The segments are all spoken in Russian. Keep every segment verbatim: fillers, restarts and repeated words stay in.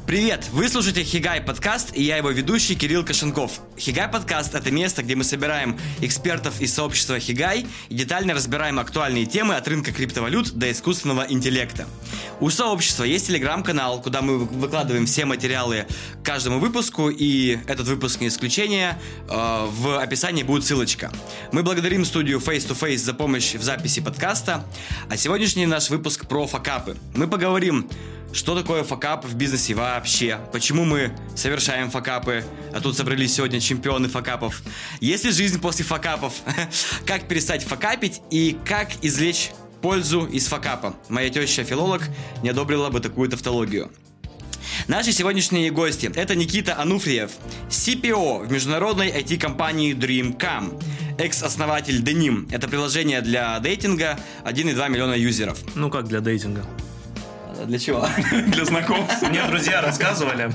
Привет! Вы слушаете Хигай подкаст, и я его ведущий Кирилл Кошенков. Хигай подкаст — это место, где мы собираем экспертов из сообщества Хигай и детально разбираем актуальные темы от рынка криптовалют до искусственного интеллекта. У сообщества есть телеграм-канал, куда мы выкладываем все материалы к каждому выпуску, и этот выпуск не исключение. В описании будет ссылочка. Мы благодарим студию Face to Face за помощь в записи подкаста. А сегодняшний наш выпуск про факапы. Мы поговорим, что такое факап в бизнесе вообще, почему мы совершаем факапы, а тут собрались сегодня чемпионы факапов. Есть ли жизнь после факапов? Как перестать факапить и как извлечь пользу из факапа? Моя теща филолог не одобрила бы такую тавтологию. Наши сегодняшние гости — это Никита Ануфриев, си пи о в международной ай ти-компании DreamCam, экс-основатель Denim. Это приложение для дейтинга, один и два миллиона юзеров. Ну как для дейтинга? Для чего? Для знакомств. Мне друзья рассказывали.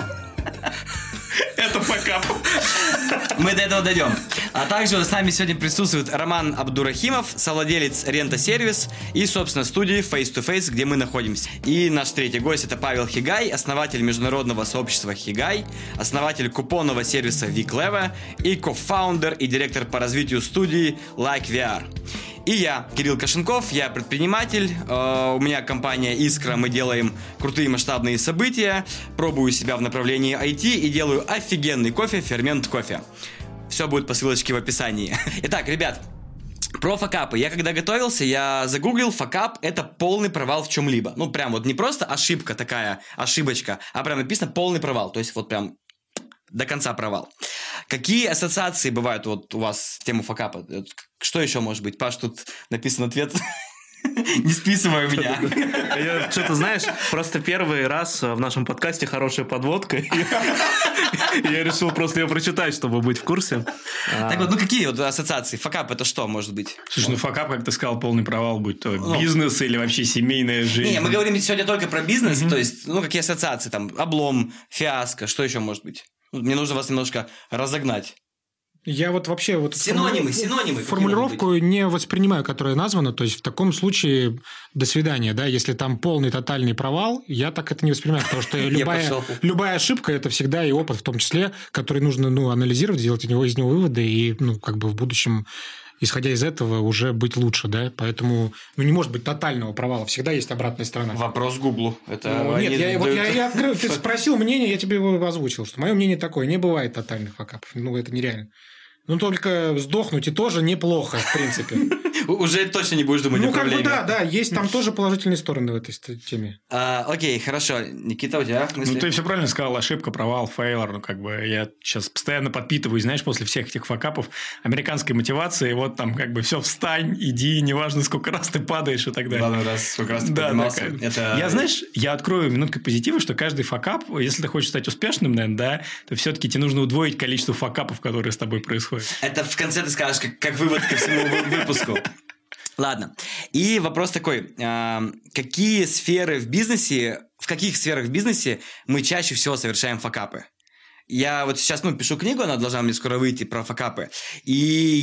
Это факап. Мы до этого дойдем. А также с нами сегодня присутствует Роман Абдурахимов, совладелец Рента Сервис и, собственно, студии Face to Face, где мы находимся. И наш третий гость — это Павел Хигай, основатель международного сообщества Хигай, основатель купонного сервиса Виклева и кофаундер и директор по развитию студии Like ви ар. И я, Кирилл Кошенков, я предприниматель, э, у меня компания Искра, мы делаем крутые масштабные события, пробую себя в направлении ай ти и делаю офигенный кофе, фермент кофе. Все будет по ссылочке в описании. Итак, ребят, про факапы. Я когда готовился, я загуглил: факап — это полный провал в чем-либо. Ну, прям вот не просто ошибка такая, ошибочка, а прям написано полный провал, то есть вот прям до конца провал. Какие ассоциации бывают вот у вас с темой факапа? Что еще может быть? Паш, тут написан ответ. Не списывай меня. Я что-то, знаешь, просто первый раз в нашем подкасте хорошая подводка. Я решил просто ее прочитать, чтобы быть в курсе. Так вот, ну какие вот ассоциации? Факап — это что может быть? Слушай, ну факап, как ты сказал, полный провал, будь то бизнес или вообще семейная жизнь. Не, мы говорим сегодня только про бизнес, то есть, ну какие ассоциации там? Облом, фиаско, что еще может быть? Мне нужно вас немножко разогнать. Я вот вообще вот синонимы, формулировку, синонимы формулировку не воспринимаю, которая названа. То есть в таком случае до свидания, да. Если там полный тотальный провал, я так это не воспринимаю, потому что любая, любая ошибка — это всегда и опыт, в том числе, который нужно ну, анализировать, делать из него, из него выводы и ну как бы в будущем, исходя из этого, уже быть лучше, да. Поэтому ну, не может быть тотального провала, всегда есть обратная сторона. Вопрос Гуглу. Это ну, нет, я, вот, я, я открыл, ты спросил мнение, я тебе его озвучил, что мое мнение такое: не бывает тотальных факапов, ну это нереально. Ну, только сдохнуть и тоже неплохо, в принципе. Уже точно не будешь думать ну, о проблеме. Ну, как бы да, да, есть там тоже положительные стороны в этой теме. А, окей, хорошо. Никита, у тебя мысли? Ну, ты все правильно сказал. Ошибка, провал, фейлор. Ну, как бы я сейчас постоянно подпитываюсь, знаешь, после всех этих факапов американской мотивации. Вот там как бы все, встань, иди, неважно, сколько раз ты падаешь и так далее. Ладно, раз, сколько раз ты да, поднимался. Да, это... Я, знаешь, я открою минуткой позитива, что каждый факап, если ты хочешь стать успешным, наверное, да, то все-таки тебе нужно удвоить количество факапов, которые с тобой происходят. Это в конце ты скажешь, как, как вывод ко всему выпуску. Ладно. И вопрос такой. Какие сферы в бизнесе, в каких сферах в бизнесе мы чаще всего совершаем факапы? Я вот сейчас, ну, пишу книгу, она должна мне скоро выйти, про факапы. И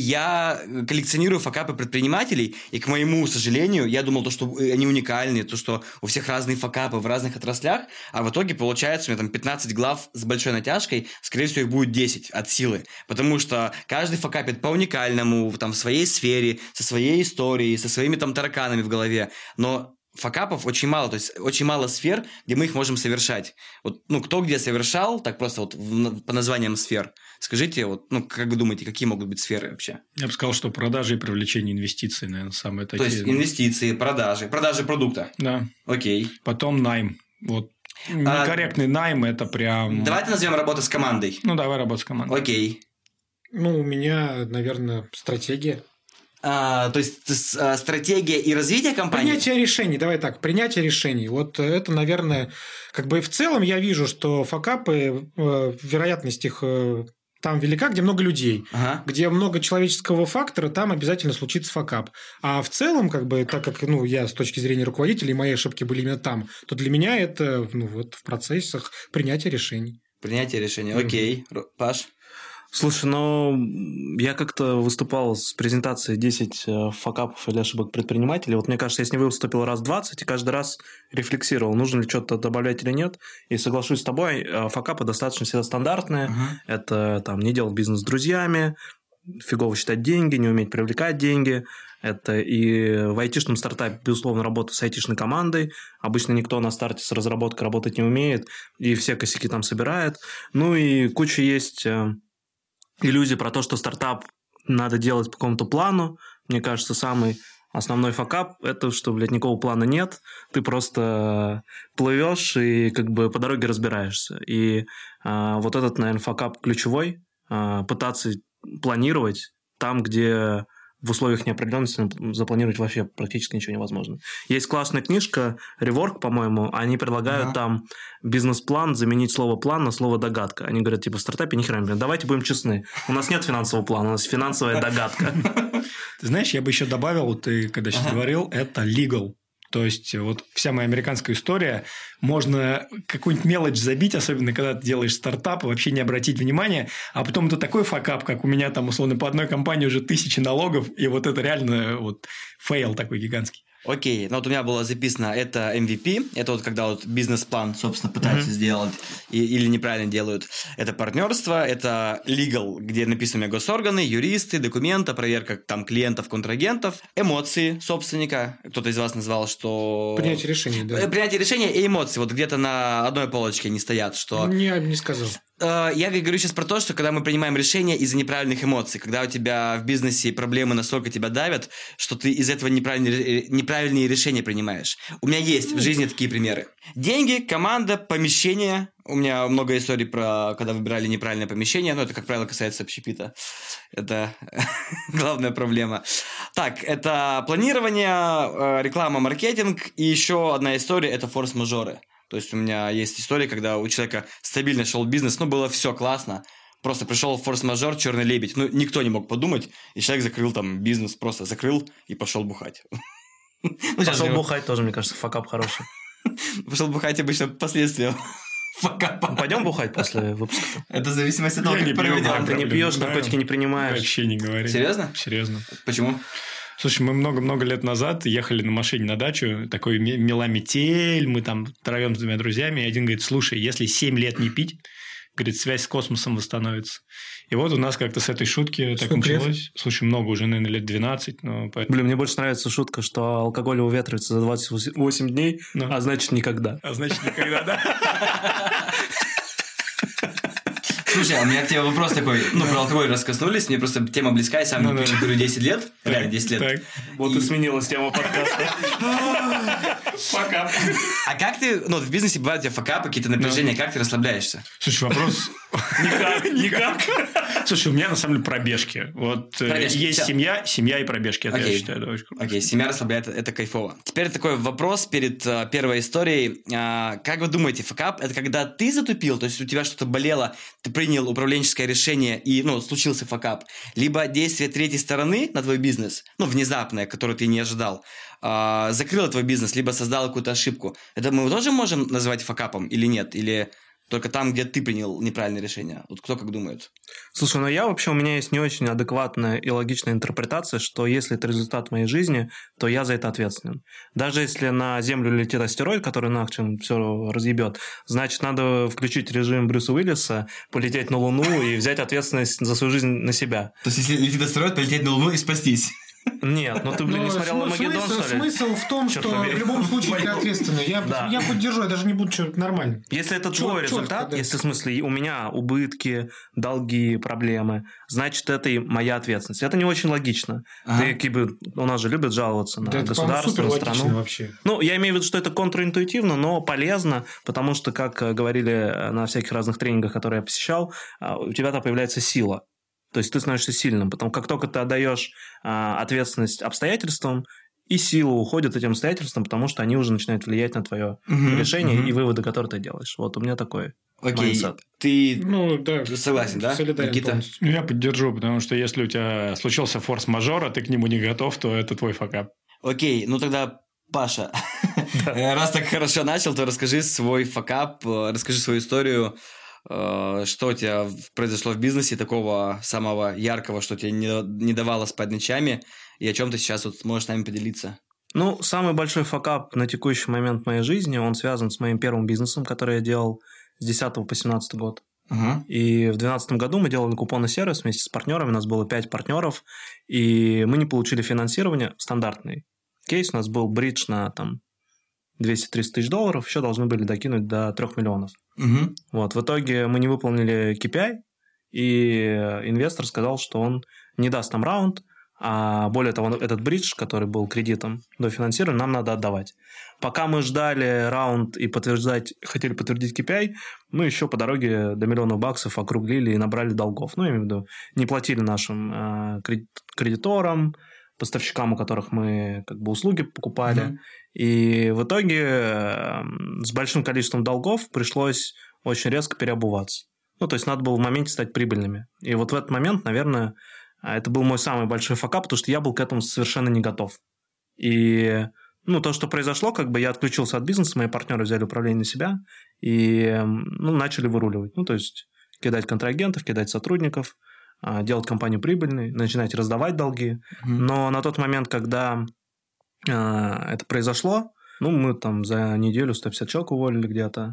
я коллекционирую факапы предпринимателей. И, к моему сожалению, я думал, то, что они уникальные, то, что у всех разные факапы в разных отраслях. А в итоге, получается, у меня там пятнадцать глав с большой натяжкой. Скорее всего, их будет десять от силы. Потому что каждый факапит по уникальному, там, в своей сфере, со своей историей, со своими там тараканами в голове. Но факапов очень мало, то есть очень мало сфер, где мы их можем совершать. Вот, ну, кто где совершал, так просто вот в, по названиям сфер. Скажите, вот, ну, как вы думаете, какие могут быть сферы вообще? Я бы сказал, что продажи и привлечение инвестиций, наверное, самые такие. То есть инвестиции, продажи, продажи продукта. Да. Окей. Потом найм. Вот. Некорректный а... найм – это прям… Давайте назовем работу с командой. Ну, давай работу с командой. Окей. Ну, у меня, наверное, стратегия. А, то есть стратегия и развитие компании? Принятие решений, давай так, принятие решений. Вот это, наверное, как бы в целом я вижу, что факапы, вероятность их там велика, где много людей, ага. где много человеческого фактора, там обязательно случится факап. А в целом, как бы, так как ну, я с точки зрения руководителя, и мои ошибки были именно там, то для меня это ну, вот, в процессах принятия решений. Принятие решений, окей. Mm-hmm. Паш? Слушай, ну, я как-то выступал с презентацией десять факапов или ошибок предпринимателей. Вот мне кажется, я с ней выступил раз двадцать, и каждый раз рефлексировал, нужно ли что-то добавлять или нет. И соглашусь с тобой, факапы достаточно всегда стандартные. Uh-huh. Это там не делать бизнес с друзьями, фигово считать деньги, не уметь привлекать деньги. Это и в айтишном стартапе, безусловно, работа с айтишной командой. Обычно никто на старте с разработкой работать не умеет, и все косяки там собирает. Ну и куча есть... иллюзия про то, что стартап надо делать по какому-то плану. Мне кажется, самый основной факап – это что, блядь, никакого плана нет. Ты просто плывешь и как бы по дороге разбираешься. И а, вот этот, наверное, факап ключевой. А, пытаться планировать там, где в условиях неопределенности запланировать вообще практически ничего невозможно. Есть классная книжка Rework, по-моему, они предлагают ага. там бизнес-план заменить слово план на слово догадка. Они говорят, типа, в стартапе ни хрена, давайте будем честны. У нас нет финансового плана, у нас финансовая догадка. Ты знаешь, я бы еще добавил, ты когда сейчас говорил, это legal. То есть, вот вся моя американская история, можно какую-нибудь мелочь забить, особенно когда ты делаешь стартап, и вообще не обратить внимания, а потом это такой факап, как у меня там, условно, по одной компании уже тысячи налогов, и вот это реально вот фейл такой гигантский. Окей, ну вот у меня было записано, это эм ви пи, это вот когда вот бизнес-план, собственно, пытаются mm-hmm. сделать и, или неправильно делают. Это партнерство, это legal, где написаны госорганы, юристы, документы, проверка там клиентов, контрагентов, эмоции собственника. Кто-то из вас назвал, что... Принятие решений, да. Принятие решения и эмоции, вот где-то на одной полочке они стоят, что... Не, не сказал. Я говорю сейчас про то, что когда мы принимаем решения из-за неправильных эмоций, когда у тебя в бизнесе проблемы настолько тебя давят, что ты из этого неправильные, неправильные решения принимаешь. У меня есть в жизни такие примеры. Деньги, команда, помещение. У меня много историй про, когда выбирали неправильное помещение, но это, как правило, касается общепита. Это главная проблема. Так, это планирование, реклама, маркетинг. И еще одна история – это форс-мажоры. То есть у меня есть история, когда у человека стабильно шел бизнес, ну, было все классно. Просто пришел форс-мажор, черный лебедь. Ну, никто не мог подумать, и человек закрыл там бизнес, просто закрыл и пошел бухать. Пошел бухать тоже, мне кажется, факап хороший. Пошел бухать обычно последствия факапа. Пойдем бухать после выпуска? Это в зависимости от того, как проведем. Ты не пьешь, наркотики не принимаешь. Вообще не говори. Серьезно? Серьезно. Почему? Слушай, мы много-много лет назад ехали на машине на дачу, такой мела метель, мы там травем с двумя друзьями, и один говорит, слушай, если семь лет не пить, говорит, связь с космосом восстановится. И вот у нас как-то с этой шутки так началось. Слушай, много уже, наверное, лет двенадцать. Но поэтому... Блин, мне больше нравится шутка, что алкоголь уветривается за двадцать восемь дней, ну. а значит никогда. А значит никогда, да? Слушай, а у меня к тебе вопрос такой. Ну, про алкоголь раскоснулись. Мне просто тема близка. Я сам не пью, говорю, десять лет. Реально, десять лет. Вот и сменилась тема подкаста. Факап. А как ты... Ну, в бизнесе бывают у тебя факапы, какие-то напряжения. Как ты расслабляешься? Слушай, вопрос... Никак, никак. Слушай, у меня на самом деле пробежки. Вот пробежки. Есть семья, семья и пробежки. Это Окей. я считаю, это очень круто. Окей, семья расслабляет, это кайфово. Теперь такой вопрос перед а, первой историей. А, как вы думаете, факап – это когда ты затупил, то есть у тебя что-то болело, ты принял управленческое решение и, ну, случился факап, либо действие третьей стороны на твой бизнес, ну, внезапное, которое ты не ожидал, а, закрыло твой бизнес, либо создало какую-то ошибку. Это мы тоже можем называть факапом или нет? Или... Только там, где ты принял неправильное решение. Вот кто как думает? Слушай, ну я вообще, у меня есть не очень адекватная и логичная интерпретация, что если это результат моей жизни, то я за это ответственен. Даже если на Землю летит астероид, который нахрен все разъебет, значит, надо включить режим Брюса Уиллиса, полететь на Луну и взять ответственность за свою жизнь на себя. То есть, если летит астероид, полететь на Луну и спастись? Нет, ну ты, блин, не смотрел «Армагеддон», что ли? Смысл в том, что в любом случае ты ответственный. Я, да. я поддержу, я даже не буду что-то нормально. Если это Чё, твой результат, четко, да. если в смысле у меня убытки, долги, проблемы, значит, это и моя ответственность. Это не очень логично. Ага. Ты, как бы, у нас же любят жаловаться на да государство, на страну. Вообще. Ну, я имею в виду, что это контринтуитивно, но полезно, потому что, как говорили на всяких разных тренингах, которые я посещал, у тебя-то появляется сила. То есть ты становишься сильным, потому как только ты отдаешь а, ответственность обстоятельствам, и сила уходит этим обстоятельствам, потому что они уже начинают влиять на твое uh-huh, решение uh-huh. и выводы, которые ты делаешь. Вот у меня такой майндсет. Okay. Ты ну, да, согласен, да, Никита? Ну, я поддержу, потому что если у тебя случился форс-мажор, а ты к нему не готов, то это твой факап. Окей, okay, ну тогда... Паша, раз так хорошо начал, то расскажи свой факап, расскажи свою историю. Что у тебя произошло в бизнесе такого самого яркого, что тебе не, не давало спать ночами, и о чем ты сейчас вот можешь с нами поделиться? Ну, самый большой факап на текущий момент в моей жизни, он связан с моим первым бизнесом, который я делал с десятого по семнадцатый год. Uh-huh. И в двенадцатом году мы делали купонный сервис вместе с партнерами, у нас было пять партнеров, и мы не получили финансирование, стандартный кейс, у нас был бридж на там двести-триста тысяч долларов, еще должны были докинуть до трех миллионов. Uh-huh. Вот, в итоге мы не выполнили кей пи ай, и инвестор сказал, что он не даст нам раунд, а более того, этот бридж, который был кредитом до финансирования, нам надо отдавать. Пока мы ждали раунд и подтверждать, хотели подтвердить кей пи ай, мы еще по дороге до миллиона баксов округлили и набрали долгов. Ну, я имею в виду, не платили нашим э, кредиторам, поставщикам, у которых мы как бы услуги покупали. Mm-hmm. И в итоге э, с большим количеством долгов пришлось очень резко переобуваться. Ну, то есть надо было в моменте стать прибыльными. И вот в этот момент, наверное, это был мой самый большой факап, потому что я был к этому совершенно не готов. И ну, то, что произошло, как бы я отключился от бизнеса, мои партнеры взяли управление на себя и ну, начали выруливать. Ну, то есть кидать контрагентов, кидать сотрудников, делать компанию прибыльной, начинать раздавать долги. Mm-hmm. Но на тот момент, когда э, это произошло, ну, мы там за неделю сто пятьдесят человек уволили где-то.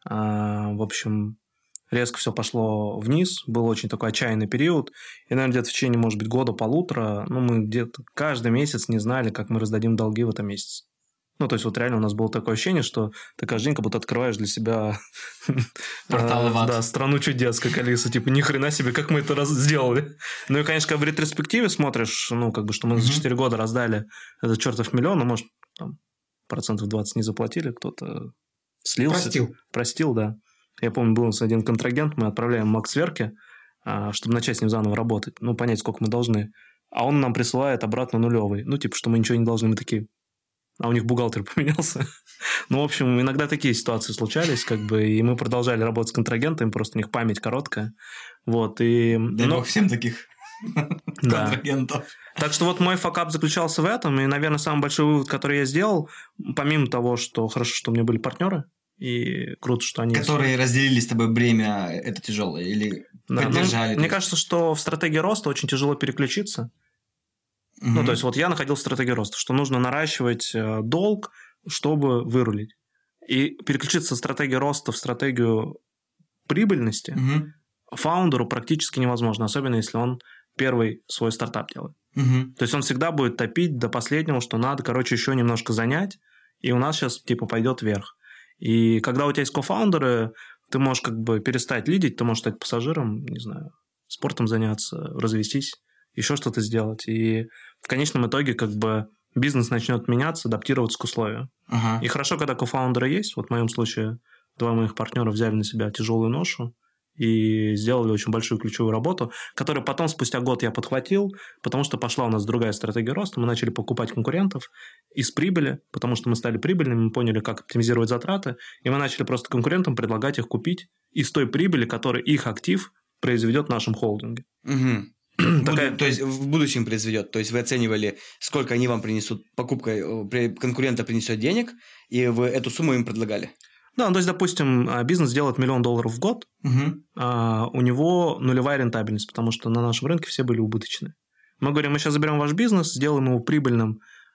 Э, в общем, резко все пошло вниз, был очень такой отчаянный период, и, наверное, где-то в течение, может быть, года-полутора, ну, мы где-то каждый месяц не знали, как мы раздадим долги в этом месяце. Ну, то есть, вот реально у нас было такое ощущение, что ты каждый день как будто открываешь для себя портал в ад. Да, страну чудес, как Алиса, типа, ни хрена себе, как мы это раз сделали. Ну, и, конечно, когда в ретроспективе смотришь, ну, как бы, что мы за четыре года раздали этот чертов миллион, ну, может, там, процентов двадцать не заплатили, кто-то слился. Простил. Простил, да. Я помню, был у нас один контрагент, мы отправляем Макс сверки, чтобы начать с ним заново работать, ну, понять, сколько мы должны. А он нам присылает обратно нулевый. Ну, типа, что мы ничего не должны, мы такие... А у них бухгалтер поменялся. Ну, в общем, иногда такие ситуации случались, как бы, и мы продолжали работать с контрагентами, просто у них память короткая. Вот, и... Дай бог всем таких контрагентов. Так что вот мой факап заключался в этом, и, наверное, самый большой вывод, который я сделал, помимо того, что хорошо, что у меня были партнеры, и круто, что они... Которые разделили с тобой бремя, это тяжелое, или да, поддержали? Ну, мне кажется, что в стратегии роста очень тяжело переключиться. Угу. Ну, то есть, вот я находил стратегию роста, что нужно наращивать долг, чтобы вырулить. И переключиться со стратегии роста в стратегию прибыльности угу. фаундеру практически невозможно, особенно если он первый свой стартап делает. Угу. То есть, он всегда будет топить до последнего, что надо, короче, еще немножко занять, и у нас сейчас, типа, пойдет вверх. И когда у тебя есть кофаундеры, ты можешь как бы перестать лидить, ты можешь стать пассажиром, не знаю, спортом заняться, развестись, еще что-то сделать. И в конечном итоге как бы бизнес начнет меняться, адаптироваться к условиям. Ага. И хорошо, когда кофаундеры есть. Вот в моем случае два моих партнера взяли на себя тяжелую ношу и сделали очень большую ключевую работу, которую потом спустя год я подхватил, потому что пошла у нас другая стратегия роста. Мы начали покупать конкурентов из прибыли, потому что мы стали прибыльными, мы поняли, как оптимизировать затраты, и мы начали просто конкурентам предлагать их купить из той прибыли, которую их актив произведет в нашем холдинге. Угу. Такая... То есть в будущем произведет. То есть вы оценивали, сколько они вам принесут, покупка конкурента принесет денег, и вы эту сумму им предлагали? Да, то есть, допустим, бизнес делает миллион долларов в год, угу. а у него нулевая рентабельность, потому что на нашем рынке все были убыточные. Мы говорим, мы сейчас заберем ваш бизнес, сделаем его прибыльным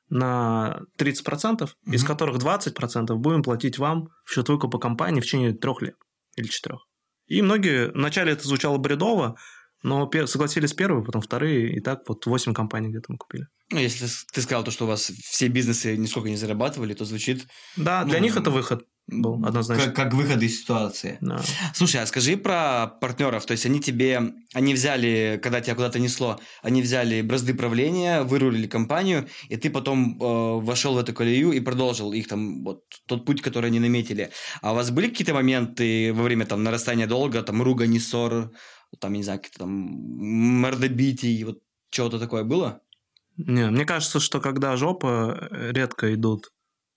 на тридцать процентов, угу. из которых двадцать процентов будем платить вам в счет выкупа компании в течение трех лет или четырех. И многие, вначале это звучало бредово, но согласились первые, потом вторые, и так вот восемь компаний где-то мы купили. Ну, если ты сказал, то, что у вас все бизнесы нисколько не зарабатывали, то звучит... Да, для ну, них это выход был однозначно. Как, как выход из ситуации. Да. Слушай, а скажи про партнеров. То есть, они тебе... Они взяли, когда тебя куда-то несло, они взяли бразды правления, вырулили компанию, и ты потом э, вошел в эту колею и продолжил их там, вот, тот путь, который они наметили. А у вас были какие-то моменты во время там нарастания долга, там, ругани, ссор, там, я не знаю, какие-то там мордобитий, вот чего-то такое было? Не, мне кажется, что когда жопа, редко идут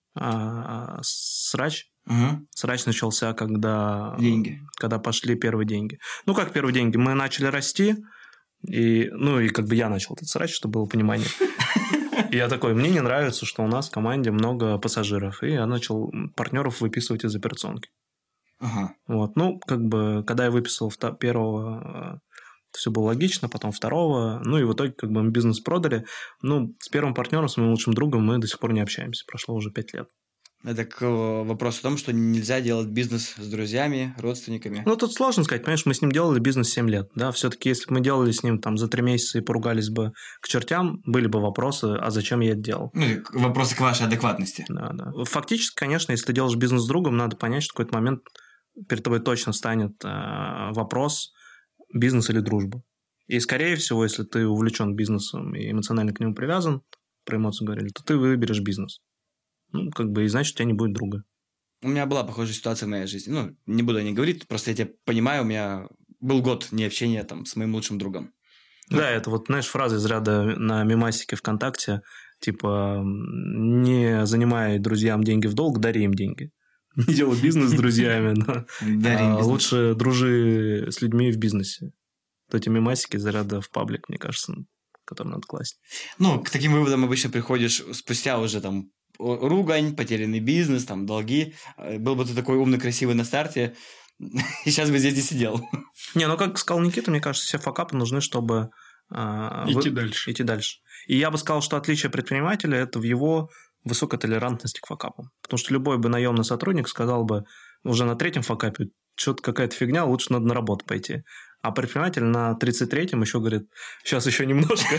а, срач. Угу. Срач начался, когда... Деньги. Когда пошли первые деньги. Ну, как первые деньги? Мы начали расти, и, ну, и как бы я начал этот срач, чтобы было понимание. И я такой, мне не нравится, что у нас в команде много пассажиров. И я начал партнеров выписывать из операционки. Ага. Вот. Ну, как бы, когда я выписал первого, все было логично, потом второго, ну и в итоге как бы мы бизнес продали. Ну, с первым партнером, с моим лучшим другом мы до сих пор не общаемся. Прошло уже пять лет. Это к вопросу о том, что нельзя делать бизнес с друзьями, родственниками. Ну, тут сложно сказать. Понимаешь, мы с ним делали бизнес семь лет. Да? Все-таки, если бы мы делали с ним там за три месяца и поругались бы к чертям, были бы вопросы, а зачем я это делал? Ну, вопросы к вашей адекватности. Да, да. Фактически, конечно, если ты делаешь бизнес с другом, надо понять, что в какой-то момент перед тобой точно станет э, вопрос, бизнес или дружба. И, скорее всего, если ты увлечен бизнесом и эмоционально к нему привязан, про эмоции говорили, то ты выберешь бизнес. Ну, как бы, и значит, у тебя не будет друга. У меня была похожая ситуация в моей жизни. Ну, не буду о ней говорить, просто я тебя понимаю, у меня был год необщения там с моим лучшим другом. Да, это вот, знаешь, фраза из ряда на мемасике ВКонтакте, типа, не занимай друзьям деньги в долг, дари им деньги. Не делай бизнес с друзьями, но лучше дружи с людьми в бизнесе. Эти мемасики из ряда в паблик, мне кажется, который надо класть. Ну, к таким выводам обычно приходишь спустя уже там ругань, потерянный бизнес, там, долги. Был бы ты такой умный, красивый на старте, и сейчас бы здесь не сидел. Не, ну, как сказал Никита, мне кажется, все факапы нужны, чтобы... Э, идти вы... дальше. Идти дальше. И я бы сказал, что отличие предпринимателя – это в его высокой толерантности к факапам. Потому что любой бы наемный сотрудник сказал бы уже на третьем факапе, что-то какая-то фигня, лучше надо на работу пойти. А предприниматель на тридцать третьем еще говорит, сейчас еще немножко,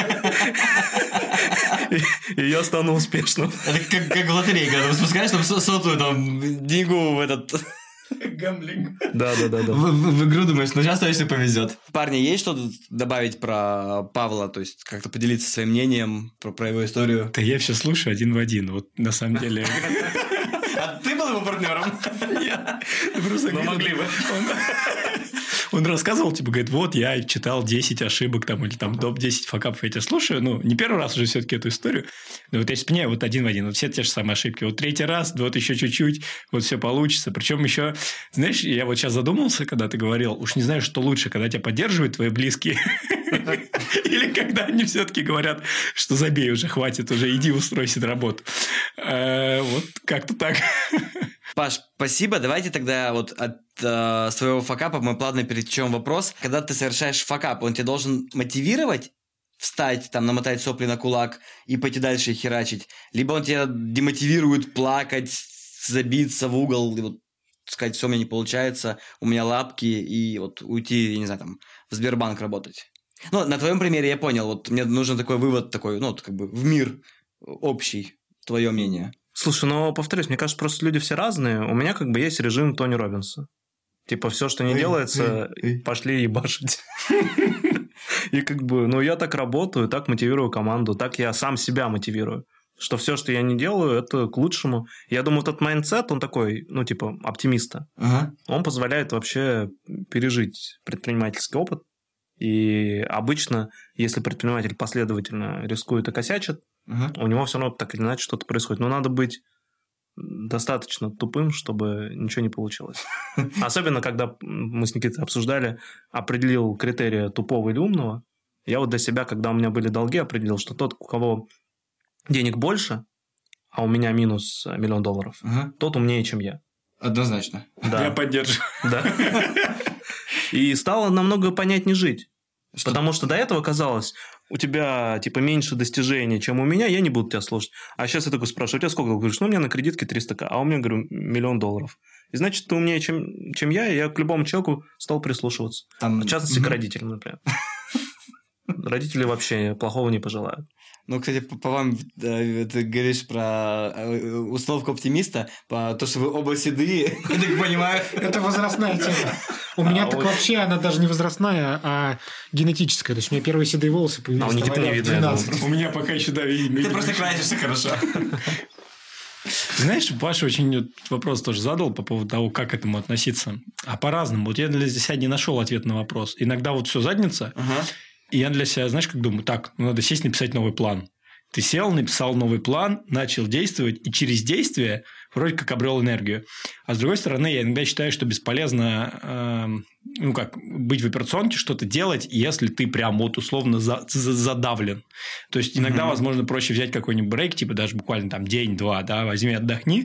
и я стану успешным. Это как в лотерее, когда ты спускаешь там сотую там деньгу в этот... Гамблинг. Да, да, да, да. В, в, в игру думаешь, ну сейчас точно повезет. Парни, есть что-то добавить про Павла? То есть как-то поделиться своим мнением про, про его историю? Да я все слушаю один в один. Вот на самом деле. А ты был его партнером? Нет. Ну могли бы. Он рассказывал, типа, говорит, вот я читал десять ошибок там, или там топ десять факапов, я тебя слушаю, ну, не первый раз уже все-таки эту историю, но вот я сейчас понимаю, вот один в один, вот все те же самые ошибки, вот третий раз, вот еще чуть-чуть, вот все получится, причем еще, знаешь, я вот сейчас задумался, когда ты говорил, уж не знаю, что лучше, когда тебя поддерживают твои близкие, или когда они все-таки говорят, что забей уже, хватит уже, иди устройся на работу. Вот как-то так. Паш, спасибо. Давайте тогда вот от э, своего факапа мы плавно перетечем вопрос. Когда ты совершаешь факап, он тебя должен мотивировать встать, там, намотать сопли на кулак и пойти дальше херачить? Либо он тебя демотивирует плакать, забиться в угол, и вот сказать, все, у меня не получается, у меня лапки, и вот уйти, я не знаю, там, в Сбербанк работать. Ну, на твоем примере я понял, вот мне нужен такой вывод, такой, ну, вот, как бы в мир общий, твое мнение. Слушай, ну, повторюсь, мне кажется, просто люди все разные. У меня как бы есть режим Тони Роббинса. Типа, все, что не эй, делается, эй, эй. пошли ебашить. И как бы, ну, я так работаю, так мотивирую команду, так я сам себя мотивирую. Что все, что я не делаю, это к лучшему. Я думаю, этот майндсет, он такой, ну, типа, оптимиста. Он позволяет вообще пережить предпринимательский опыт. И обычно, если предприниматель последовательно рискует и косячит, uh-huh. у него все равно так или иначе что-то происходит. Но надо быть достаточно тупым, чтобы ничего не получилось. Особенно, когда мы с Никитой обсуждали, определил критерии тупого или умного. Я вот для себя, когда у меня были долги, определил, что тот, у кого денег больше, а у меня минус миллион долларов, uh-huh. тот умнее, чем я. Однозначно. Да. Я поддерживаю. Да. И стало намного понятнее жить. Что? Потому что до этого казалось, у тебя типа меньше достижений, чем у меня, я не буду тебя слушать. А сейчас я такой спрашиваю, у тебя сколько? Говоришь, ну, у меня на кредитке триста тысяч, а у меня, говорю, миллион долларов. И значит, ты умнее, чем, чем я, и я к любому человеку стал прислушиваться. Там... В частности, к родителям, например. Родители вообще плохого не пожелают. Ну, кстати, по, по вам, ты говоришь про установку оптимиста, по то, что вы оба седые, я так понимаю. Это возрастная тема. У меня так вообще она даже не возрастная, а генетическая. То есть у меня первые седые волосы появились. А у Никиты не видно. У меня пока еще, да, видно. Ты просто красишься хорошо. Знаешь, Паша очень вопрос тоже задал по поводу того, как к этому относиться. А по-разному. Вот я для себя не нашел ответ на вопрос. Иногда вот все задница, и я для себя, знаешь, как думаю, так, ну, надо сесть, написать новый план. Ты сел, написал новый план, начал действовать, и через действие вроде как обрел энергию. А с другой стороны, я иногда считаю, что бесполезно э, ну, как, быть в операционке, что-то делать, если ты прям вот условно за, за, задавлен. То есть, иногда, mm-hmm. возможно, проще взять какой-нибудь брейк, типа даже буквально там день-два, да, возьми, отдохни.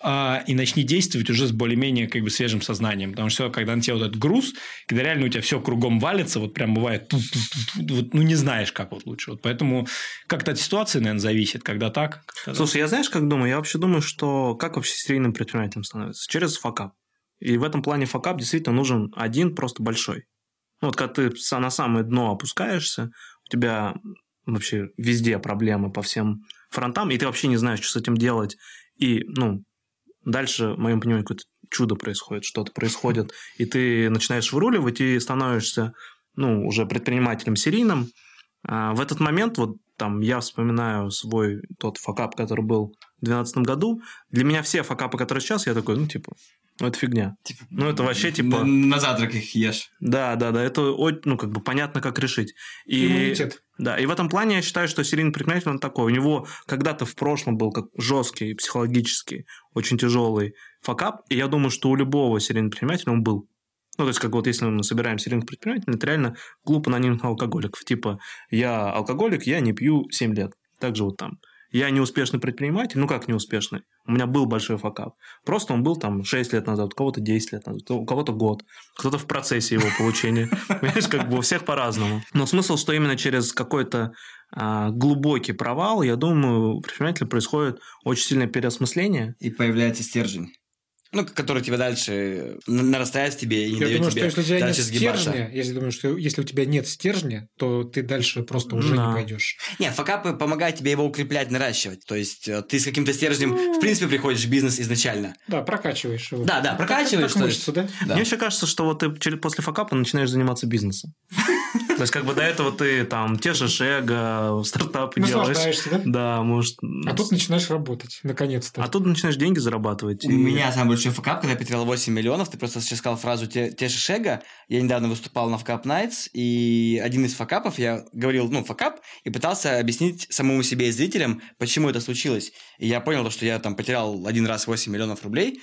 а, и начни действовать уже с более-менее как бы свежим сознанием. Потому что когда на тебя вот этот груз, когда реально у тебя все кругом валится, вот прям бывает, вот, ну, не знаешь, как вот лучше. Вот поэтому как-то от ситуации, наверное, зависит, когда так. Когда... Слушай, я знаешь, как думаю? Я вообще думаю, что как вообще серийным предпринимателем становится? Через факап. И в этом плане факап действительно нужен один просто большой. Ну, вот когда ты на самое дно опускаешься, у тебя вообще везде проблемы по всем фронтам, и ты вообще не знаешь, что с этим делать. И, ну, дальше, в моем понимании, какое-то чудо происходит, что-то происходит, и ты начинаешь выруливать и становишься, ну, уже предпринимателем серийным. А в этот момент, вот там, я вспоминаю свой тот факап, который был в две тысячи двенадцатом году. Для меня все факапы, которые сейчас, я такой, ну, типа, ну, это фигня. Типа, ну, это вообще, типа... На, на завтрак их ешь. Да, да, да. Это, ну, как бы понятно, как решить. И, иммунитет. Да, и в этом плане я считаю, что серийный предприниматель, он такой. У него когда-то в прошлом был как жесткий, психологический, очень тяжелый факап. И я думаю, что у любого серийного предпринимателя он был. Ну, то есть, как вот если мы собираем серийных предпринимателей, это реально клуб анонимных алкоголиков. Типа, я алкоголик, я не пью семь лет. Также вот там. Я неуспешный предприниматель. Ну, как неуспешный? У меня был большой факап. Просто он был там шесть лет назад, у кого-то десять лет назад, у кого-то год. Кто-то в процессе его получения. Понимаешь, как бы у всех по-разному. Но смысл, что именно через какой-то а, глубокий провал, я думаю, у предпринимателя происходит очень сильное переосмысление. И появляется стержень. Ну, который тебя дальше нарастает в тебе и не я дает думаю, тебе что если у тебя дальше нет сгибаться. Стержня, если думаю, что если у тебя нет стержня, то ты дальше просто уже да. не пойдешь. Нет, факапы помогают тебе его укреплять, наращивать. То есть ты с каким-то стержнем, в принципе, приходишь в бизнес изначально. Да, прокачиваешь его. Да, да, прокачиваешь. Как, как мышцу, да? Да. Мне еще кажется, что вот ты после факапа начинаешь заниматься бизнесом. То есть, как бы до этого ты там тешишь эго, стартапы делаешь. Наслаждаешься, да? Да, может. А тут начинаешь работать, наконец-то. А тут начинаешь деньги зарабатывать. У меня самый большой факап, когда я потерял восемь миллионов, ты просто сейчас сказал фразу «тешишь эго». Я недавно выступал на Факап Найтс, и один из факапов, я говорил, ну, факап, и пытался объяснить самому себе и зрителям, почему это случилось. И я понял, что я там потерял один раз восемь миллионов рублей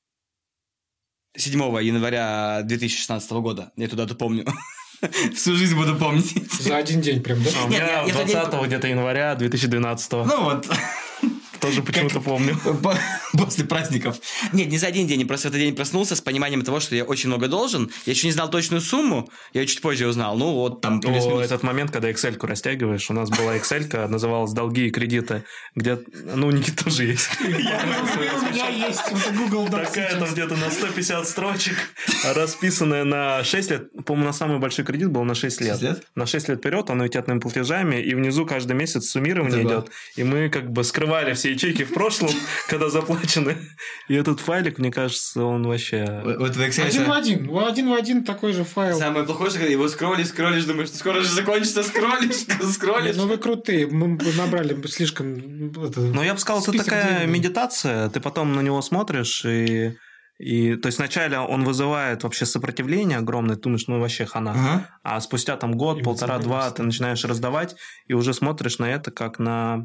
седьмого января две тысячи шестнадцатого года. Я туда-то помню. Всю жизнь буду помнить. За один день прям, да? А у меня двадцатого где-то января две тысячи двенадцатого. Ну вот. Тоже почему-то помню. После праздников. Нет, не за один день. Я просто в этот день проснулся с пониманием того, что я очень много должен. Я еще не знал точную сумму. Я чуть позже узнал. Ну, вот там... О, этот момент, когда Excel-ку растягиваешь. У нас была Excel-ка, называлась «Долги и кредиты». Где... Ну, у Никиты тоже есть. У меня есть. Это Google Docs. Такая там где-то на сто пятьдесят строчек, расписанная на шесть лет. По-моему, на самый большой кредит был на шесть лет. На шесть лет вперед, аннуитетными платежами. И внизу каждый месяц суммирование идет. И мы как бы скрывали все ячейки в прошлом, когда заплачены. И этот файлик, мне кажется, он вообще... Вот в Excel... Один в один. Один в один такой же файл. Самое плохое, что его скроллишь, скроллишь, думаешь, что скоро же закончится, скроллишь, скроллишь. Ну, вы крутые. Мы набрали слишком... Ну, я бы сказал, это такая медитация. Ты потом на него смотришь и... И, то есть, вначале он вызывает вообще сопротивление огромное, ты думаешь, ну, вообще хана. Ага. А спустя там год, полтора-два ты начинаешь раздавать, и уже смотришь на это как на...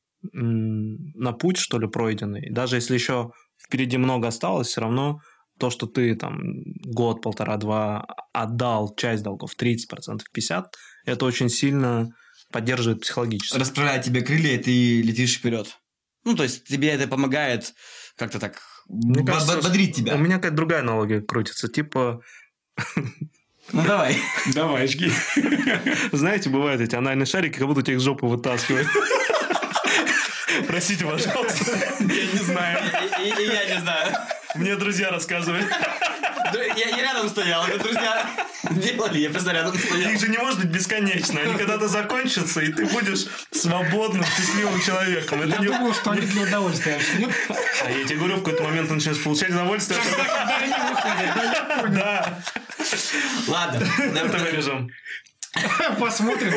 на путь, что ли, пройденный. Даже если еще впереди много осталось, все равно то, что ты там год, полтора-два отдал часть долгов, тридцать процентов, пятьдесят процентов, это очень сильно поддерживает психологически. Расправляет тебе крылья, и ты летишь вперед. Ну, то есть, тебе это помогает как-то так Мне б- кажется, бодрить тебя. У меня какая-то другая аналогия крутится, типа... Ну, давай. Давай, жги. Знаете, бывают эти анальные шарики, как будто тебя их жопу вытаскивают. Простите, пожалуйста. Я не знаю. И я не знаю. Мне друзья рассказывали. Я не рядом стоял, это друзья делали, я просто рядом стоял. Их же не может быть бесконечно. Они когда-то закончатся, и ты будешь свободным, счастливым человеком. Я думал, что они для удовольствия. А я тебе говорю, в какой-то момент ты начинаешь получать удовольствие. Когда они выходят, да? Ладно. Это вырежем. Посмотрим.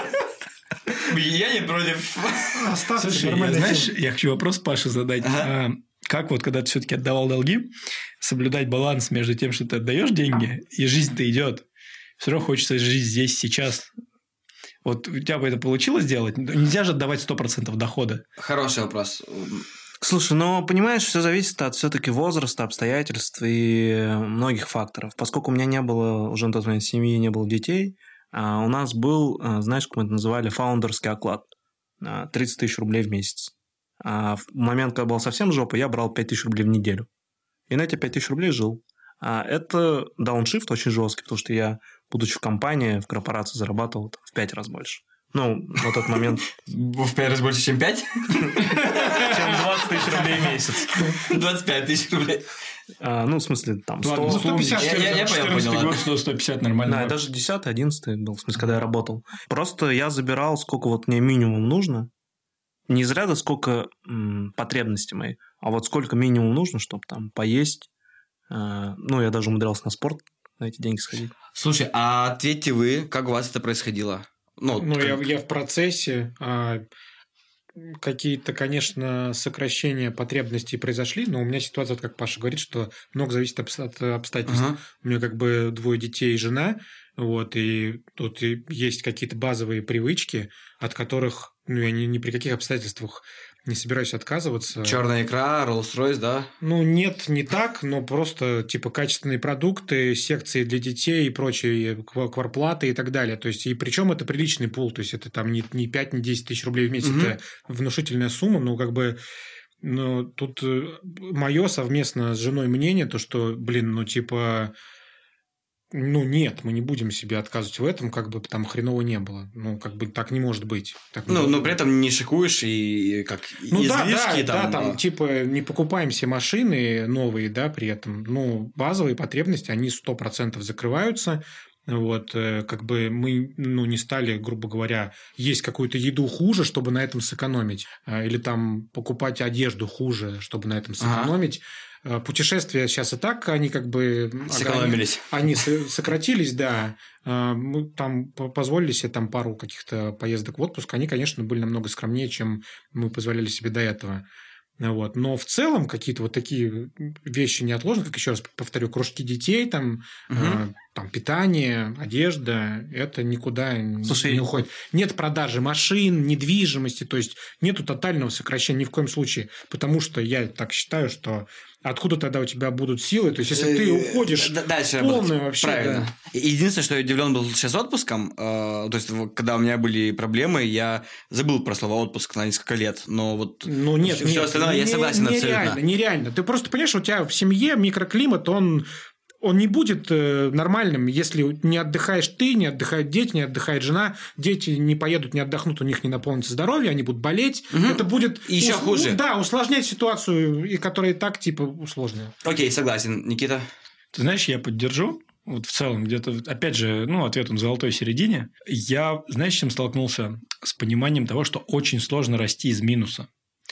Я не против. Слушай, я, знаешь, я хочу вопрос Паше задать. Ага. А, как вот, когда ты все-таки отдавал долги, соблюдать баланс между тем, что ты отдаешь деньги, и жизнь-то идет. Все равно хочется жить здесь, сейчас. Вот у тебя бы это получилось сделать? Нельзя же отдавать сто процентов дохода. Хороший вопрос. Слушай, ну, понимаешь, все зависит от все-таки возраста, обстоятельств и многих факторов. Поскольку у меня не было уже на тот момент семьи, не было детей, у нас был, знаешь, как мы это называли, фаундерский оклад. тридцать тысяч рублей в месяц. А в момент, когда был совсем жопа, я брал пять тысяч рублей в неделю. И на эти пять тысяч рублей жил. А это дауншифт очень жесткий, потому что я, будучи в компании, в корпорации, зарабатывал там, в пять раз больше. Ну, на тот момент... В пять раз больше, чем пять? Чем двадцать тысяч рублей в месяц. двадцать пять тысяч рублей. А, ну, в смысле, там... сто, сто пятьдесят, я, я, я понял, год, сто, сто пятьдесят нормально. Да, даже десятый, одиннадцатый был, в смысле, когда я работал. Просто я забирал, сколько вот мне минимум нужно. Не из ряда, сколько м, потребности мои, а вот сколько минимум нужно, чтобы там поесть. Э, ну, я даже умудрялся на спорт на эти деньги сходить. Слушай, а ответьте вы, как у вас это происходило? Ну, ну как... я, я в процессе... А... Какие-то, конечно, сокращения потребностей произошли, но у меня ситуация, вот как Паша говорит, что много зависит от обстоятельств. Uh-huh. У меня как бы двое детей и жена, вот, и тут есть какие-то базовые привычки, от которых, ну, я ни, ни при каких обстоятельствах не собираюсь отказываться. Черная икра, Rolls-Royce, да? Ну, нет, не так, но просто, типа, качественные продукты, секции для детей и прочие, кварплаты и так далее. То есть, и причем это приличный пул, то есть, это там не, не пять, не десять тысяч рублей в месяц, угу. Это внушительная сумма, но как бы... Ну, тут мое совместно с женой мнение, то, что, блин, ну, типа... Ну, нет, мы не будем себе отказывать в этом, как бы там хреново не было. Ну, как бы так не может быть. Так ну, но при этом не шикуешь и как ну, излишки да, да, там. Да, там, типа, не покупаем все машины новые, да, при этом. Ну, базовые потребности, они сто процентов закрываются. Вот, как бы мы, ну, не стали, грубо говоря, есть какую-то еду хуже, чтобы на этом сэкономить. Или там покупать одежду хуже, чтобы на этом сэкономить. Ага. Путешествия сейчас и так, они как бы... Сэкономились. Они, они сократились, да. Мы там позволили себе там пару каких-то поездок в отпуск. Они, конечно, были намного скромнее, чем мы позволяли себе до этого. Вот. Но в целом какие-то вот такие вещи неотложные, как еще раз повторю, кружки детей, там, угу. э, там питание, одежда, это никуда Слушай, не уходит. Нет продажи машин, недвижимости, то есть нету тотального сокращения ни в коем случае, потому что я так считаю, что откуда тогда у тебя будут силы? То есть, если ты уходишь дальше полный вообще... Правильно. Да. Единственное, что я удивлен был сейчас отпуском, э, то есть, когда у меня были проблемы, я забыл про слово отпуск на несколько лет, но вот ну, нет, все, нет, все остальное не, я согласен нереально, абсолютно. Нереально. Ты просто понимаешь, у тебя в семье микроклимат, он... Он не будет э, нормальным, если не отдыхаешь ты, не отдыхают дети, не отдыхает жена, дети не поедут, не отдохнут, у них не наполнится здоровье, они будут болеть. Угу. Это будет... Еще ус... хуже. Да, усложнять ситуацию, и которая и так типа усложняет. Окей, согласен. Никита? Ты знаешь, я поддержу. Вот в целом, где-то, опять же, ну, ответ он в золотой середине. Я, знаешь, с чем столкнулся? С пониманием того, что очень сложно расти из минуса.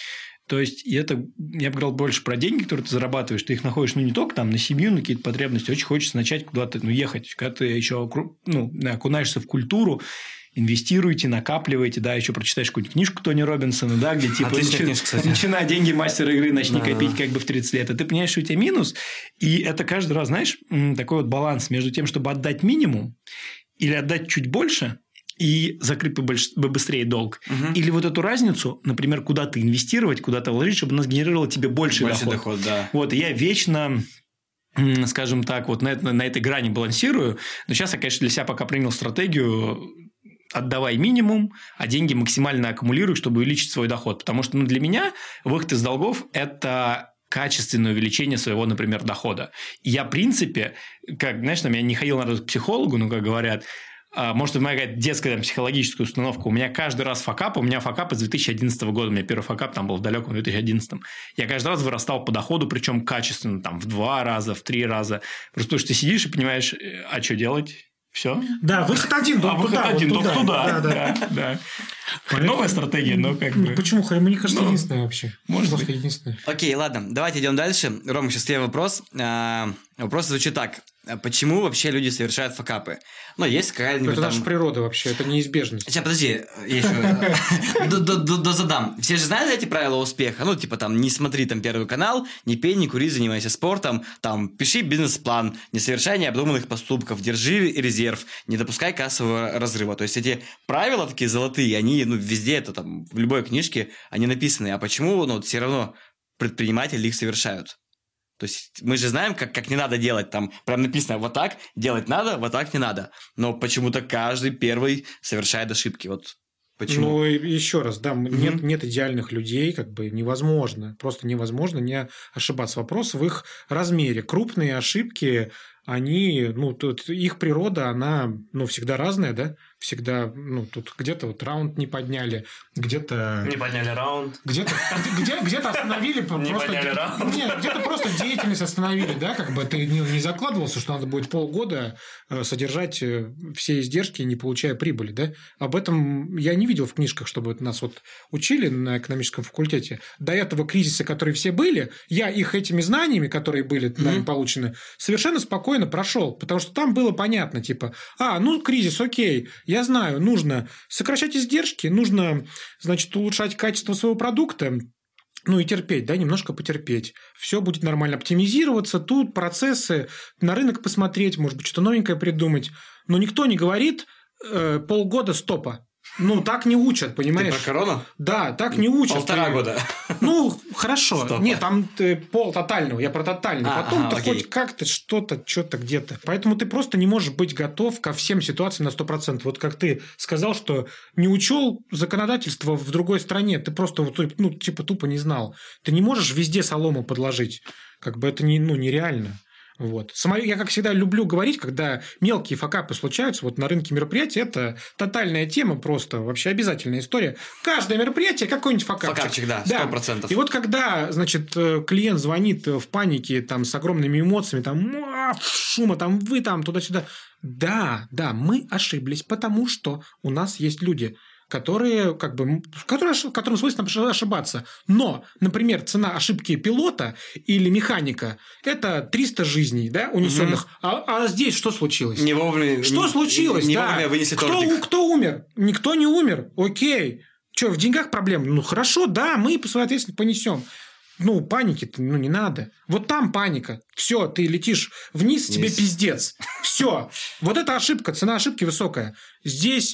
То есть, и это, я бы говорил больше про деньги, которые ты зарабатываешь, ты их находишь, ну, не только там на семью, на какие-то потребности, очень хочется начать куда-то, ну, ехать, когда ты еще, ну, окунаешься в культуру, инвестируете, накапливаете, да, еще прочитаешь какую-нибудь книжку Тони Робинсона, да, где типа начи... начинай деньги мастера игры, начни да. копить как бы в тридцать лет, а ты понимаешь, что у тебя минус, и это каждый раз, знаешь, такой вот баланс между тем, чтобы отдать минимум или отдать чуть больше, и закрыть побыстрее долг. Угу. Или вот эту разницу, например, куда-то инвестировать, куда-то вложить, чтобы она сгенерировала тебе больший, больший доход. доход да. Вот, и я вечно, скажем так, вот на, это, на этой грани балансирую. Но сейчас я, конечно, для себя пока принял стратегию отдавай минимум, а деньги максимально аккумулируй, чтобы увеличить свой доход. Потому что ну, для меня выход из долгов – это... качественное увеличение своего, например, дохода. И я, в принципе, как, знаешь, там, я не ходил, наверное, к психологу, ну, как говорят, может, это моя какая-то детская там, психологическая установка. У меня каждый раз факап, у меня факап из две тысячи одиннадцатого года. У меня первый факап там был в далеком две тысячи одиннадцатом. Я каждый раз вырастал по доходу, причем качественно, там, в два раза, в три раза. Просто потому что ты сидишь и понимаешь, а что делать? Все? Да, выход один, а, выход один, вот туда. туда. Да, да. да. Новая стратегия, но как бы... Почему? Мне кажется, ну, единственная вообще. Может Просто быть. единственная. Окей, ладно, давайте идем дальше. Рома, сейчас тебе вопрос. А, вопрос звучит так. Почему вообще люди совершают факапы? Ну, есть какая-нибудь Это там... наша природа вообще, это неизбежность. Сейчас, подожди, я еще дозадам. Все же знают эти правила успеха? Ну, типа там, не смотри там Первый канал, не пей, не кури, занимайся спортом, там, пиши бизнес-план, не совершай необдуманных поступков, держи резерв, не допускай кассового разрыва. То есть, эти правила такие золотые, они, ну, везде это там, в любой книжке, они написаны. А почему, ну, все равно предприниматели их совершают? То есть, мы же знаем, как, как не надо делать. Там прям написано, вот так делать надо, вот так не надо. Но почему-то каждый первый совершает ошибки. Вот Почему? Ну, еще раз, да, mm-hmm. нет, нет идеальных людей, как бы невозможно, просто невозможно не ошибаться. Вопрос в их размере. Крупные ошибки, они, ну, тут их природа, она, ну, всегда разная, да, всегда, ну, тут где-то вот раунд не подняли, где-то... Не подняли раунд. Где-то, где, где-то остановили просто... Не подняли раунд. Нет, где-то просто деятельность остановили, да, как бы ты не, не закладывался, что надо будет полгода содержать все издержки, не получая прибыли, да. Об этом я не видел в книжках, чтобы нас вот учили на экономическом факультете. До этого кризиса, которые все были, я их этими знаниями, которые были нами mm-hmm. получены, совершенно спокойно прошел, потому что там было понятно, типа, а, ну, кризис, окей, я знаю, нужно сокращать издержки, нужно, значит, улучшать качество своего продукта, ну и терпеть, да, немножко потерпеть. Все будет нормально оптимизироваться, тут процессы, на рынок посмотреть, может быть, что-то новенькое придумать. Но никто не говорит э, полгода стопа. Ну, так не учат, понимаешь? Ты про корону? Да, так не учат. Полтора ты... года. Ну, хорошо. Стопа. Нет, там ты пол тотального, я про тотальный. А, Потом ага, ты окей. хоть как-то, что-то, что-то где-то. Поэтому ты просто не можешь быть готов ко всем ситуациям на сто процентов. Вот как ты сказал, что не учел законодательство в другой стране, ты просто, ну, типа, тупо не знал. Ты не можешь везде солому подложить. Как бы это не, ну, нереально. Вот. Я, как всегда, люблю говорить, когда мелкие факапы случаются, вот на рынке мероприятий, это тотальная тема просто, вообще обязательная история. Каждое мероприятие какой-нибудь факапчик. Факапчик, да, сто процентов. Да. И вот когда, значит, клиент звонит в панике, там, с огромными эмоциями, там, шума, там, вы там, туда-сюда. Да, да, мы ошиблись, потому что у нас есть люди, которые, как бы, которые, которым свойственно ошибаться. Но, например, цена ошибки пилота или механика – это триста жизней, да, унесенных. Угу. А, а здесь что случилось? Не вовремя. Что не, случилось? Не, не да. вовремя вынесли кто, тортик. Кто умер? Никто не умер. Окей. Что, в деньгах проблема? Ну, хорошо, да, мы по своей ответственности понесем. Ну, паники-то, ну, не надо. Вот там паника. Все, ты летишь вниз, тебе Есть. Пиздец. Все. Вот это ошибка, цена ошибки высокая. Здесь...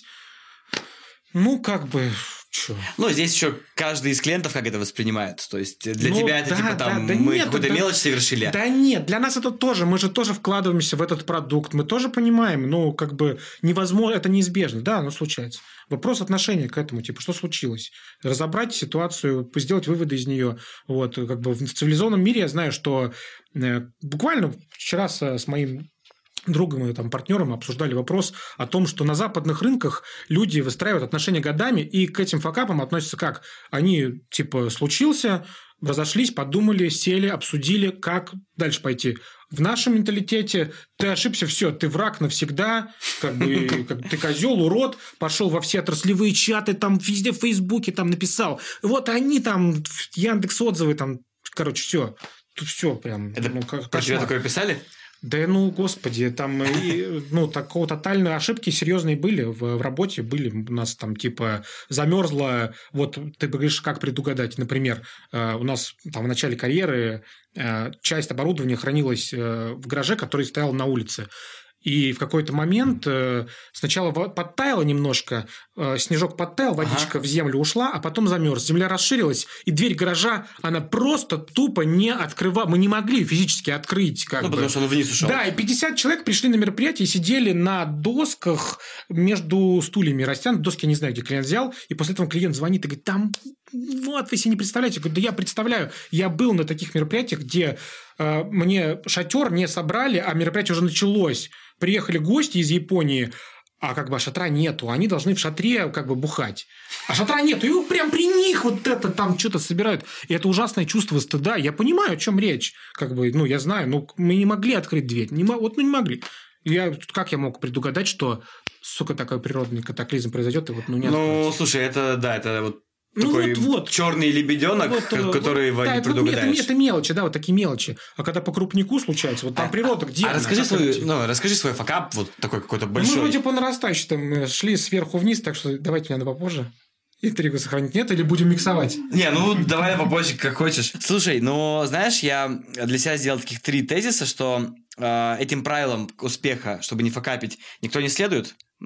Ну, как бы, что? Ну, здесь еще каждый из клиентов как это воспринимает. То есть, для ну, тебя это да, типа там да, да мы нет, какую-то да, мелочь совершили. Да нет, для нас это тоже. Мы же тоже вкладываемся в этот продукт. Мы тоже понимаем, ну, как бы невозможно, это неизбежно. Да, оно случается. Вопрос отношения к этому, типа, что случилось? Разобрать ситуацию, сделать выводы из нее. Вот, как бы в цивилизованном мире я знаю, что э, буквально вчера с, с моим другом и там, партнером обсуждали вопрос о том, что на западных рынках люди выстраивают отношения годами и к этим факапам относятся как? Они, типа, случился, разошлись, подумали, сели, обсудили, как дальше пойти. В нашем менталитете ты ошибся, все, ты враг навсегда, как бы, как, ты козел, урод, пошел во все отраслевые чаты, там везде в Фейсбуке там написал. Вот они там, Яндекс отзывы, там, короче, все. Тут все прям. Это ну, как, про тебя такое писали? Да ну, господи, там, и, ну, такого тотальные ошибки серьезные были в, в работе, были у нас там, типа, замерзло, вот ты говоришь, как предугадать, например, э, у нас там в начале карьеры э, часть оборудования хранилась э, в гараже, который стоял на улице. И в какой-то момент э, сначала подтаяло немножко, э, снежок подтаял, водичка ага. в землю ушла, а потом замерз. Земля расширилась, и дверь гаража, она просто тупо не открывала. Мы не могли физически открыть. Как ну, бы. потому что он вниз ушел. Да, и пятьдесят человек пришли на мероприятие и сидели на досках между стульями растянут. Доски я не знаю, где клиент взял. И после этого клиент звонит и говорит, там, вот, вы себе не представляете. Я говорю, да я представляю. Я был на таких мероприятиях, где э, мне шатер не собрали, а мероприятие уже началось. Приехали гости из Японии, а как бы шатра нету. Они должны в шатре как бы бухать. А шатра нету. И прям при них вот это там что-то собирают. И это ужасное чувство стыда. Я понимаю, о чем речь. Как бы, ну, я знаю. Ну, мы не могли открыть дверь. Не, вот мы не могли. Я, как я мог предугадать, что, сука, такой природный катаклизм произойдет, и вот, ну, не Ну, откроется. слушай, это, да, это вот Ну, такой вот, вот. черный лебеденок, вот, который вот, не да, предугадаешь. Это, это мелочи, да, вот такие мелочи. А когда по крупнику случается, вот там а, природа где? А она, расскажи свой, это? ну, расскажи свой факап, вот такой какой-то большой. Мы вроде по нарастающей там шли сверху вниз, так что давайте меня на попозже. Интригу сохранить нет или будем миксовать? Не, ну давай попозже, как хочешь. Слушай, ну знаешь, я для себя сделал таких три тезиса, что э, этим правилам успеха, чтобы не факапить, никто не следует. Ну,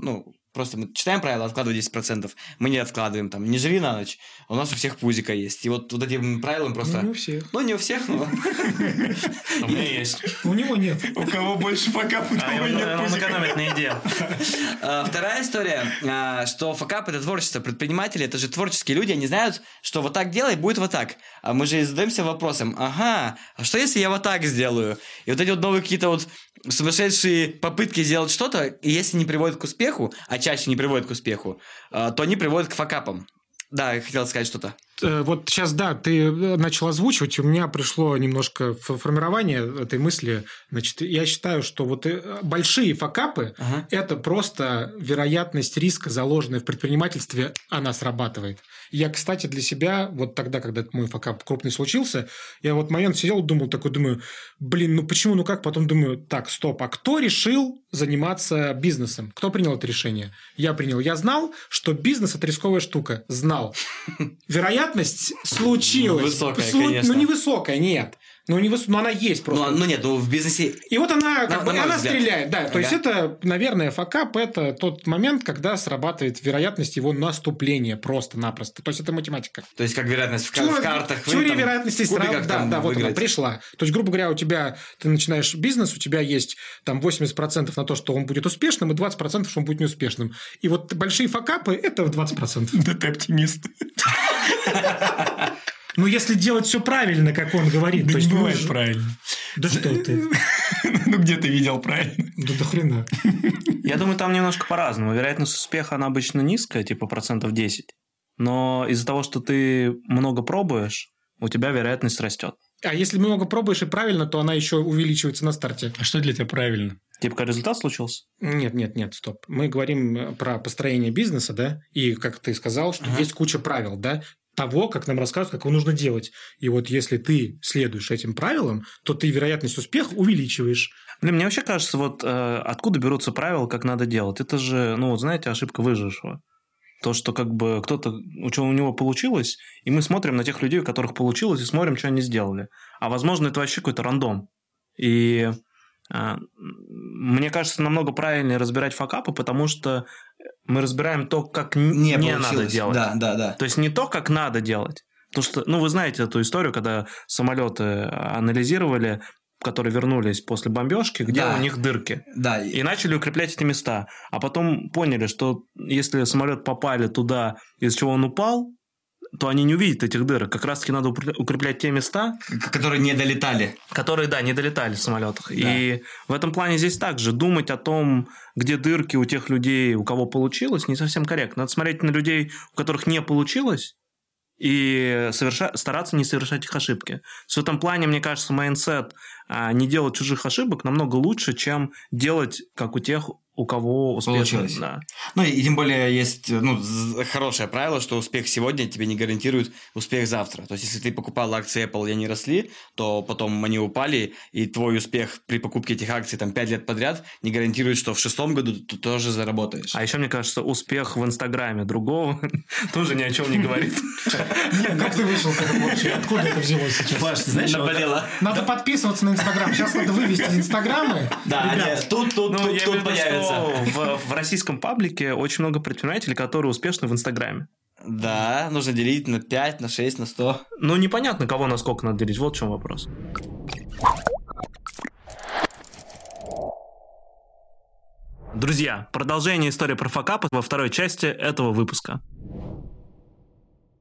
Просто мы читаем правила, откладывай десять процентов. Мы не откладываем, там, не жри на ночь. У нас у всех пузика есть. И вот, вот этим правилам просто... Ну, не у всех. Ну, не у всех, но... У меня есть. У него нет. У кого больше факап, у того нет Он пузика. экономит на еде. Вторая история, что факап — это творчество. Предприниматели — это же творческие люди, они знают, что вот так делай, будет вот так. А мы же задаемся вопросом, ага, а что если я вот так сделаю? И вот эти вот новые какие-то вот сумасшедшие попытки сделать что-то, и если не приводят к успеху, а чаще не приводят к успеху, то они приводят к факапам. Да, я хотел сказать что-то. Вот сейчас, да, ты начал озвучивать, у меня пришло немножко формирование этой мысли. Значит, я считаю, что вот большие факапы ага. – это просто вероятность риска, заложенная в предпринимательстве, она срабатывает. Я, кстати, для себя, вот тогда, когда мой факап крупный случился, я вот момент сидел, думал, такой, думаю, блин, ну почему, ну как? Потом думаю, так, стоп, а кто решил заниматься бизнесом? Кто принял это решение? Я принял. Я знал, что бизнес – это рисковая штука. Знал. Вероятность случилась. Высокая, Слу... конечно. Ну, не высокая, нет. Ну, не выс... Но она есть просто. Ну, ну нет, ну в бизнесе... И вот она, как на, бы, на она взгляд. стреляет. Да. То ага. есть, это, наверное, факап – это тот момент, когда срабатывает вероятность его наступления просто-напросто. То есть, это математика. То есть, как вероятность в, Теория, в картах. Теория вероятности сразу, да, да, вот она пришла. То есть, грубо говоря, у тебя, ты начинаешь бизнес, у тебя есть там восемьдесят процентов на то, что он будет успешным, и двадцать процентов, что он будет неуспешным. И вот большие факапы – это двадцать процентов. Да ты оптимист. Ну, если делать все правильно, как он говорит. Да то не есть бывает же... правильно. Да что ты? Ну, где ты видел правильно? Да до хрена. Я думаю, там немножко по-разному. Вероятность успеха, она обычно низкая, типа процентов десять. Но из-за того, что ты много пробуешь, у тебя вероятность растет. А если много пробуешь и правильно, то она еще увеличивается на старте. А что для тебя правильно? Типа, как результат случился? Нет, нет, нет, стоп. Мы говорим про построение бизнеса, да, и, как ты сказал, что ага. есть куча правил, да, того, как нам рассказывают, как его нужно делать. И вот если ты следуешь этим правилам, то ты вероятность успеха увеличиваешь. Блин, мне вообще кажется, вот э, откуда берутся правила, как надо делать? Это же, ну, вот знаете, ошибка выжившего. То, что как бы кто-то, у у него получилось, и мы смотрим на тех людей, у которых получилось, и смотрим, что они сделали. А возможно, это вообще какой-то рандом. И э, мне кажется, намного правильнее разбирать факапы, потому что мы разбираем то, как не, не надо делать. Да, да, да. То есть не то, как надо делать. Потому что, ну, вы знаете эту историю, когда самолеты анализировали, которые вернулись после бомбежки, где да. у них дырки. Да. И начали укреплять эти места. А потом поняли, что если самолет попали туда, из чего он упал, то они не увидят этих дырок. Как раз-таки надо укреплять те места, которые не долетали. Которые, да, не долетали в самолетах. Да. И в этом плане здесь также думать о том, где дырки у тех людей, у кого получилось, не совсем корректно. Надо смотреть на людей, у которых не получилось, и соверша... стараться не совершать их ошибки. В этом плане, мне кажется, майндсет а, не делать чужих ошибок намного лучше, чем делать, как у тех, у кого успешно. Да. Ну, и тем более есть ну, хорошее правило, что успех сегодня тебе не гарантирует успех завтра. То есть, если ты покупал акции Apple, и они росли, то потом они упали, и твой успех при покупке этих акций там пять лет подряд не гарантирует, что в шестом году ты тоже заработаешь. А еще, мне кажется, успех в Инстаграме другого тоже ни о чем не говорит. Как ты вышел к этому вообще? Откуда это взялось сейчас? Паш, ты знаешь, наболело. Надо подписываться на Инстаграм. Сейчас надо вывести Инстаграмы. Да, нет, тут, тут, тут, тут появится. В, в российском паблике очень много предпринимателей, которые успешны в Инстаграме. Да, нужно делить на пять, на шесть, на сто. Ну, непонятно, кого на сколько надо делить. Вот в чем вопрос. Друзья, продолжение истории про факапы во второй части этого выпуска.